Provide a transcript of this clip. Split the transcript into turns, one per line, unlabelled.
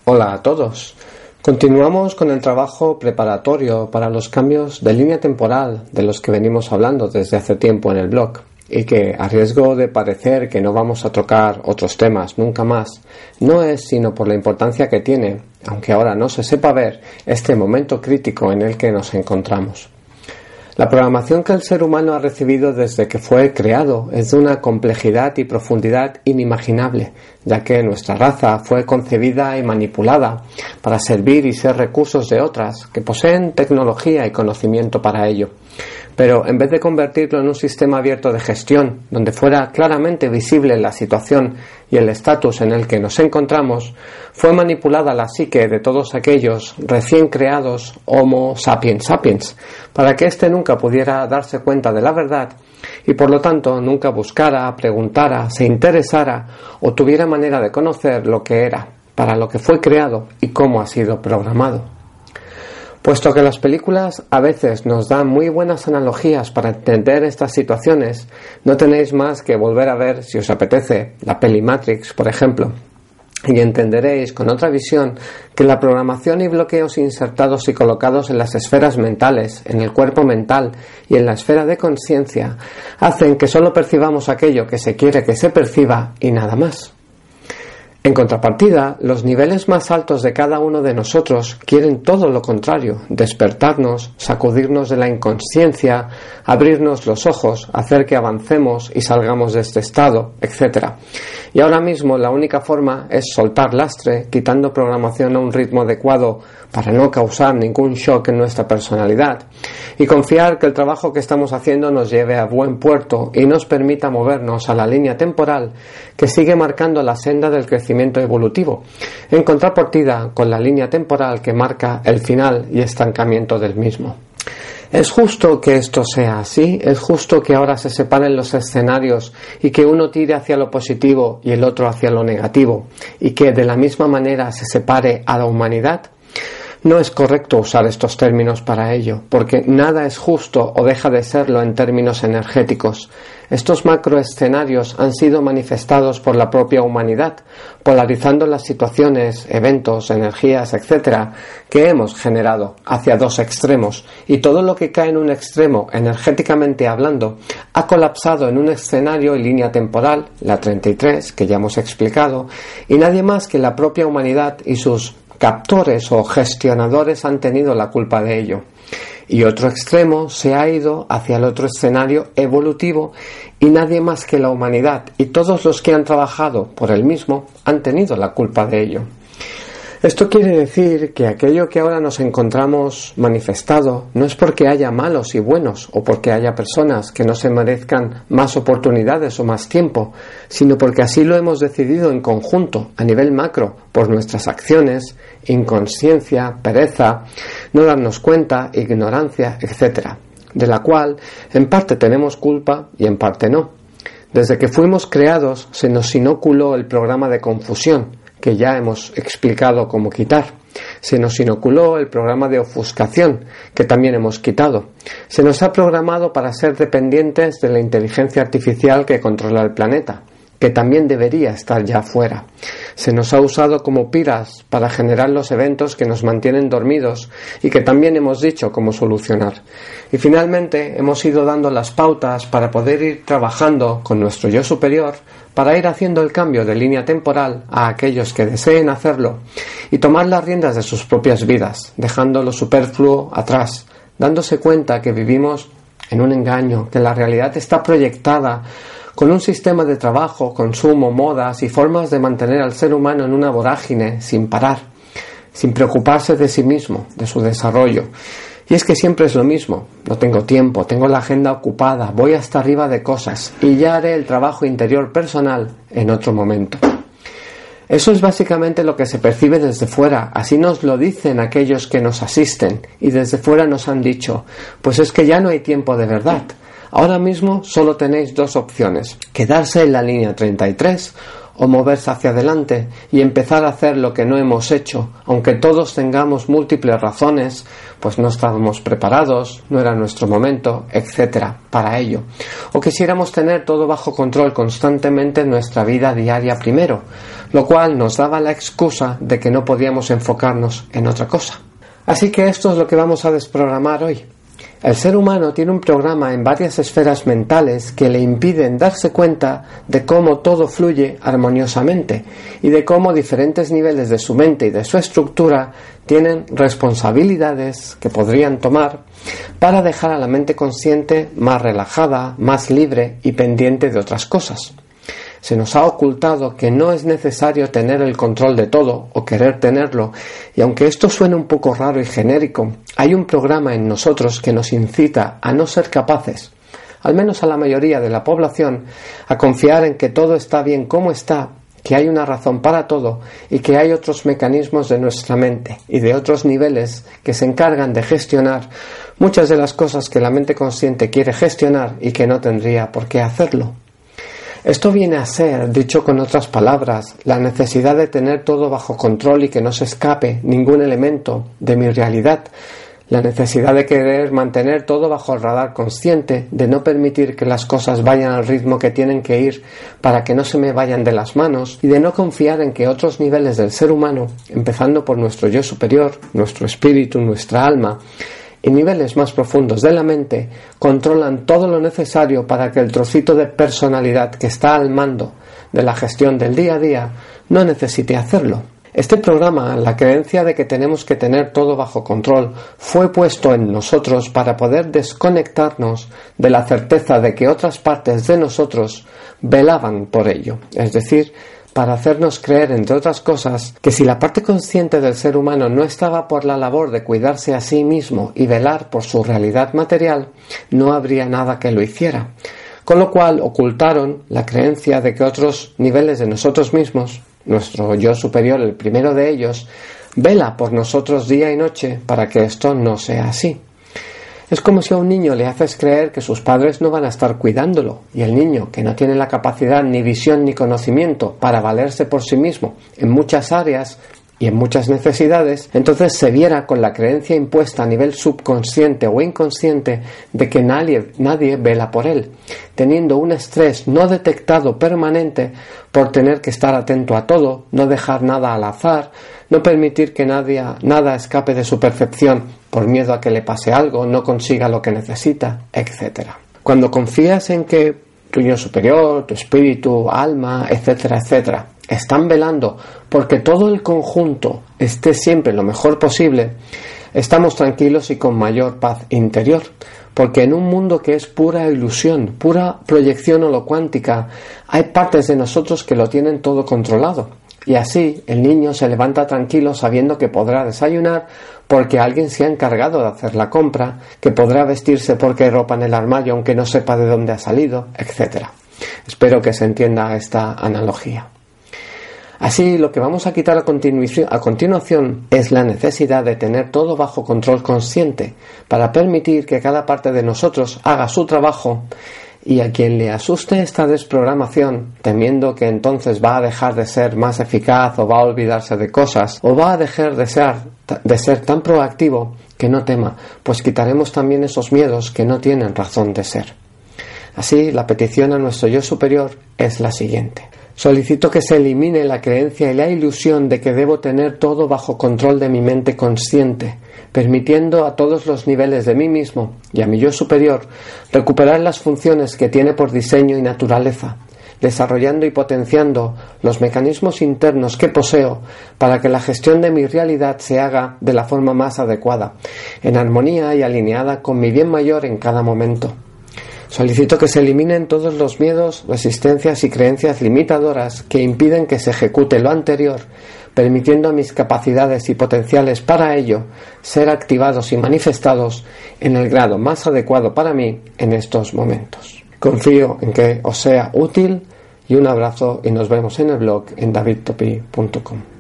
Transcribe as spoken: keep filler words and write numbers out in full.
Hola a todos. Continuamos con el trabajo preparatorio para los cambios de línea temporal de los que venimos hablando desde hace tiempo en el blog y que, a riesgo de parecer que no vamos a tocar otros temas nunca más, no es sino por la importancia que tiene, aunque ahora no se sepa ver, este momento crítico en el que nos encontramos. La programación que el ser humano ha recibido desde que fue creado es de una complejidad y profundidad inimaginable, ya que nuestra raza fue concebida y manipulada para servir y ser recursos de otras que poseen tecnología y conocimiento para ello. Pero en vez de convertirlo en un sistema abierto de gestión, donde fuera claramente visible la situación y el estatus en el que nos encontramos, fue manipulada la psique de todos aquellos recién creados Homo sapiens sapiens, para que éste nunca pudiera darse cuenta de la verdad y por lo tanto nunca buscara, preguntara, se interesara o tuviera manera de conocer lo que era, para lo que fue creado y cómo ha sido programado. Puesto que las películas a veces nos dan muy buenas analogías para entender estas situaciones, no tenéis más que volver a ver, si os apetece, la peli Matrix, por ejemplo, y entenderéis con otra visión que la programación y bloqueos insertados y colocados en las esferas mentales, en el cuerpo mental y en la esfera de conciencia hacen que solo percibamos aquello que se quiere que se perciba y nada más. En contrapartida, los niveles más altos de cada uno de nosotros quieren todo lo contrario, despertarnos, sacudirnos de la inconsciencia, abrirnos los ojos, hacer que avancemos y salgamos de este estado, etcétera. Y ahora mismo la única forma es soltar lastre, quitando programación a un ritmo adecuado para no causar ningún shock en nuestra personalidad, y confiar que el trabajo que estamos haciendo nos lleve a buen puerto y nos permita movernos a la línea temporal que sigue marcando la senda del crecimiento evolutivo, en contrapartida con la línea temporal que marca el final y estancamiento del mismo. ¿Es justo que esto sea así? ¿Es justo que ahora se separen los escenarios y que uno tire hacia lo positivo y el otro hacia lo negativo, y que de la misma manera se separe a la humanidad? No es correcto usar estos términos para ello, porque nada es justo o deja de serlo en términos energéticos. Estos macroescenarios han sido manifestados por la propia humanidad, polarizando las situaciones, eventos, energías, etcétera, que hemos generado hacia dos extremos, y todo lo que cae en un extremo, energéticamente hablando, ha colapsado en un escenario y línea temporal, la treinta y tres, que ya hemos explicado, y nadie más que la propia humanidad y sus captores o gestionadores han tenido la culpa de ello. Y otro extremo se ha ido hacia el otro escenario evolutivo y nadie más que la humanidad y todos los que han trabajado por el mismo han tenido la culpa de ello. Esto quiere decir que aquello que ahora nos encontramos manifestado no es porque haya malos y buenos o porque haya personas que no se merezcan más oportunidades o más tiempo, sino porque así lo hemos decidido en conjunto, a nivel macro, por nuestras acciones, inconsciencia, pereza, no darnos cuenta, ignorancia, etcétera, de la cual en parte tenemos culpa y en parte no. Desde que fuimos creados se nos inoculó el programa de confusión, que ya hemos explicado cómo quitar. Se nos inoculó el programa de ofuscación, que también hemos quitado. Se nos ha programado para ser dependientes de la inteligencia artificial que controla el planeta, que también debería estar ya fuera. Se nos ha usado como piras para generar los eventos que nos mantienen dormidos y que también hemos dicho cómo solucionar. Y finalmente hemos ido dando las pautas para poder ir trabajando con nuestro yo superior para ir haciendo el cambio de línea temporal a aquellos que deseen hacerlo y tomar las riendas de sus propias vidas, dejando lo superfluo atrás, dándose cuenta que vivimos en un engaño, que la realidad está proyectada con un sistema de trabajo, consumo, modas y formas de mantener al ser humano en una vorágine sin parar, sin preocuparse de sí mismo, de su desarrollo. Y es que siempre es lo mismo, no tengo tiempo, tengo la agenda ocupada, voy hasta arriba de cosas y ya haré el trabajo interior personal en otro momento. Eso es básicamente lo que se percibe desde fuera, así nos lo dicen aquellos que nos asisten y desde fuera nos han dicho, pues es que ya no hay tiempo de verdad. Ahora mismo solo tenéis dos opciones, quedarse en la línea treinta y tres o moverse hacia adelante y empezar a hacer lo que no hemos hecho, aunque todos tengamos múltiples razones, pues no estábamos preparados, no era nuestro momento, etcétera, para ello. O quisiéramos tener todo bajo control constantemente en nuestra vida diaria primero, lo cual nos daba la excusa de que no podíamos enfocarnos en otra cosa. Así que esto es lo que vamos a desprogramar hoy. El ser humano tiene un programa en varias esferas mentales que le impiden darse cuenta de cómo todo fluye armoniosamente y de cómo diferentes niveles de su mente y de su estructura tienen responsabilidades que podrían tomar para dejar a la mente consciente más relajada, más libre y pendiente de otras cosas. Se nos ha ocultado que no es necesario tener el control de todo o querer tenerlo, y aunque esto suene un poco raro y genérico, hay un programa en nosotros que nos incita a no ser capaces, al menos a la mayoría de la población, a confiar en que todo está bien como está, que hay una razón para todo y que hay otros mecanismos de nuestra mente y de otros niveles que se encargan de gestionar muchas de las cosas que la mente consciente quiere gestionar y que no tendría por qué hacerlo. Esto viene a ser, dicho con otras palabras, la necesidad de tener todo bajo control y que no se escape ningún elemento de mi realidad, la necesidad de querer mantener todo bajo el radar consciente, de no permitir que las cosas vayan al ritmo que tienen que ir para que no se me vayan de las manos y de no confiar en que otros niveles del ser humano, empezando por nuestro yo superior, nuestro espíritu, nuestra alma, y niveles más profundos de la mente, controlan todo lo necesario para que el trocito de personalidad que está al mando de la gestión del día a día no necesite hacerlo. Este programa, la creencia de que tenemos que tener todo bajo control, fue puesto en nosotros para poder desconectarnos de la certeza de que otras partes de nosotros velaban por ello, es decir, para hacernos creer, entre otras cosas, que si la parte consciente del ser humano no estaba por la labor de cuidarse a sí mismo y velar por su realidad material, no habría nada que lo hiciera. Con lo cual ocultaron la creencia de que otros niveles de nosotros mismos, nuestro yo superior, el primero de ellos, vela por nosotros día y noche para que esto no sea así. Es como si a un niño le haces creer que sus padres no van a estar cuidándolo, y el niño, que no tiene la capacidad, ni visión, ni conocimiento para valerse por sí mismo en muchas áreas y en muchas necesidades, entonces se viera con la creencia impuesta a nivel subconsciente o inconsciente de que nadie, nadie vela por él, teniendo un estrés no detectado permanente por tener que estar atento a todo, no dejar nada al azar, no permitir que nadie, nada escape de su percepción por miedo a que le pase algo, no consiga lo que necesita, etcétera. Cuando confías en que tu yo superior, tu espíritu, alma, etcétera, etcétera, están velando porque todo el conjunto esté siempre lo mejor posible, estamos tranquilos y con mayor paz interior, porque en un mundo que es pura ilusión, pura proyección holocuántica, hay partes de nosotros que lo tienen todo controlado. Y así el niño se levanta tranquilo sabiendo que podrá desayunar porque alguien se ha encargado de hacer la compra, que podrá vestirse porque hay ropa en el armario aunque no sepa de dónde ha salido, etcétera. Espero que se entienda esta analogía. Así, lo que vamos a quitar a continuación, a continuación es la necesidad de tener todo bajo control consciente para permitir que cada parte de nosotros haga su trabajo. Y a quien le asuste esta desprogramación, temiendo que entonces va a dejar de ser más eficaz o va a olvidarse de cosas, o va a dejar de ser, de ser tan proactivo, que no tema, pues quitaremos también esos miedos que no tienen razón de ser. Así, la petición a nuestro yo superior es la siguiente. Solicito que se elimine la creencia y la ilusión de que debo tener todo bajo control de mi mente consciente, permitiendo a todos los niveles de mí mismo y a mi yo superior recuperar las funciones que tiene por diseño y naturaleza, desarrollando y potenciando los mecanismos internos que poseo para que la gestión de mi realidad se haga de la forma más adecuada, en armonía y alineada con mi bien mayor en cada momento. Solicito que se eliminen todos los miedos, resistencias y creencias limitadoras que impiden que se ejecute lo anterior, permitiendo a mis capacidades y potenciales para ello ser activados y manifestados en el grado más adecuado para mí en estos momentos. Confío en que os sea útil y un abrazo y nos vemos en el blog en david topi punto com.